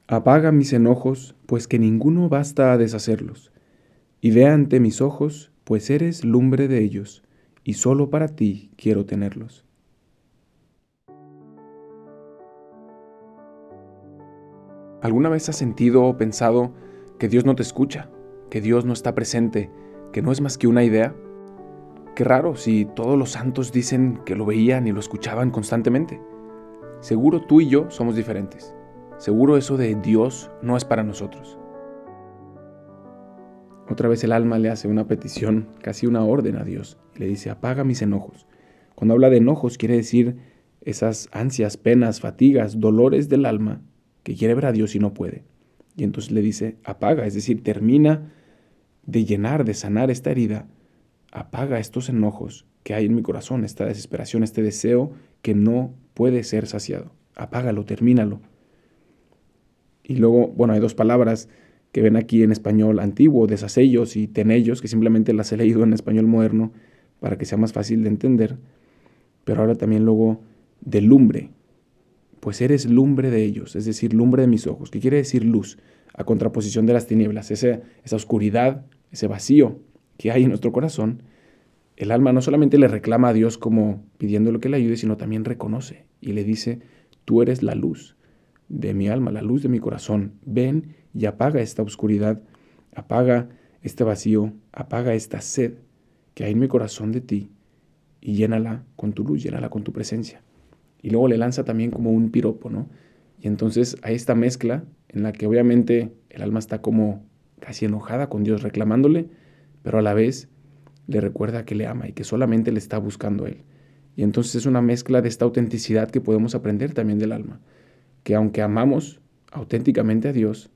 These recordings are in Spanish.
Apaga mis enojos, pues que ninguno basta a deshacerlos. Y ve ante mis ojos, pues eres lumbre de ellos, y solo para ti quiero tenerlos. ¿Alguna vez has sentido o pensado que Dios no te escucha, que Dios no está presente, que no es más que una idea? Qué raro si todos los santos dicen que lo veían y lo escuchaban constantemente. Seguro tú y yo somos diferentes. Seguro eso de Dios no es para nosotros. Otra vez el alma le hace una petición, casi una orden a Dios, y le dice, apaga mis enojos. Cuando habla de enojos quiere decir esas ansias, penas, fatigas, dolores del alma que quiere ver a Dios y no puede. Y entonces le dice, apaga, es decir, termina de llenar, de sanar esta herida, apaga estos enojos que hay en mi corazón, esta desesperación, este deseo que no puede ser saciado. Apágalo, termínalo. Y luego, hay dos palabras que ven aquí en español antiguo, deshacellos y tenellos, que simplemente las he leído en español moderno para que sea más fácil de entender. Pero ahora también luego de lumbre, pues eres lumbre de ellos, es decir, lumbre de mis ojos. ¿Qué quiere decir luz? A contraposición de las tinieblas, esa oscuridad, ese vacío que hay en nuestro corazón. El alma no solamente le reclama a Dios como pidiéndole que le ayude, sino también reconoce y le dice, tú eres la luz de mi alma, la luz de mi corazón. Ven y apaga esta oscuridad, apaga este vacío, apaga esta sed que hay en mi corazón de ti y llénala con tu luz, llénala con tu presencia. Y luego le lanza también como un piropo, ¿no? Y entonces hay esta mezcla en la que obviamente el alma está como casi enojada con Dios, reclamándole, pero a la vez le recuerda que le ama y que solamente le está buscando a Él. Y entonces es una mezcla de esta autenticidad que podemos aprender también del alma, que aunque amamos auténticamente a Dios,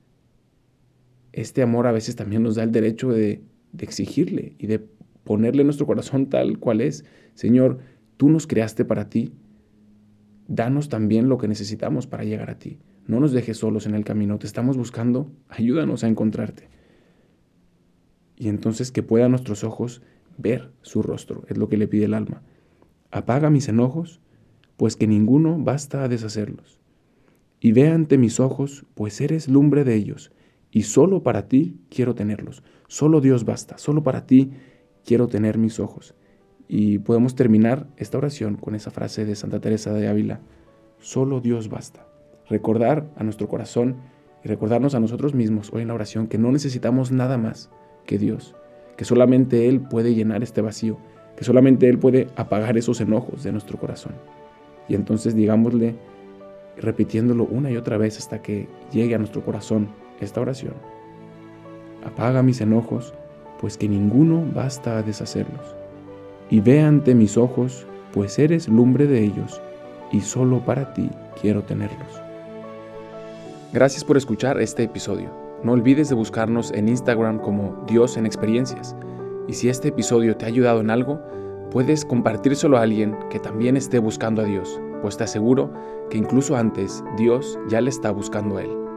este amor a veces también nos da el derecho de exigirle y de ponerle en nuestro corazón tal cual es. Señor, tú nos creaste para ti, danos también lo que necesitamos para llegar a ti. No nos dejes solos en el camino, te estamos buscando, ayúdanos a encontrarte. Y entonces que puedan nuestros ojos ver su rostro, es lo que le pide el alma. Apaga mis enojos, pues que ninguno basta a deshacerlos. Y ve ante mis ojos, pues eres lumbre de ellos, y solo para ti quiero tenerlos. Solo Dios basta, solo para ti quiero tener mis ojos. Y podemos terminar esta oración con esa frase de Santa Teresa de Ávila, solo Dios basta. Recordar a nuestro corazón y recordarnos a nosotros mismos hoy en la oración que no necesitamos nada más que Dios, que solamente Él puede llenar este vacío, que solamente Él puede apagar esos enojos de nuestro corazón. Y entonces digámosle, repitiéndolo una y otra vez hasta que llegue a nuestro corazón esta oración. Apaga mis enojos, pues que ninguno basta a deshacerlos. Y ve ante mis ojos, pues eres lumbre de ellos, y solo para ti quiero tenerlos. Gracias por escuchar este episodio. No olvides de buscarnos en Instagram como Dios en Experiencias. Y si este episodio te ha ayudado en algo, puedes compartírselo a alguien que también esté buscando a Dios, pues te aseguro que incluso antes Dios ya le está buscando a él.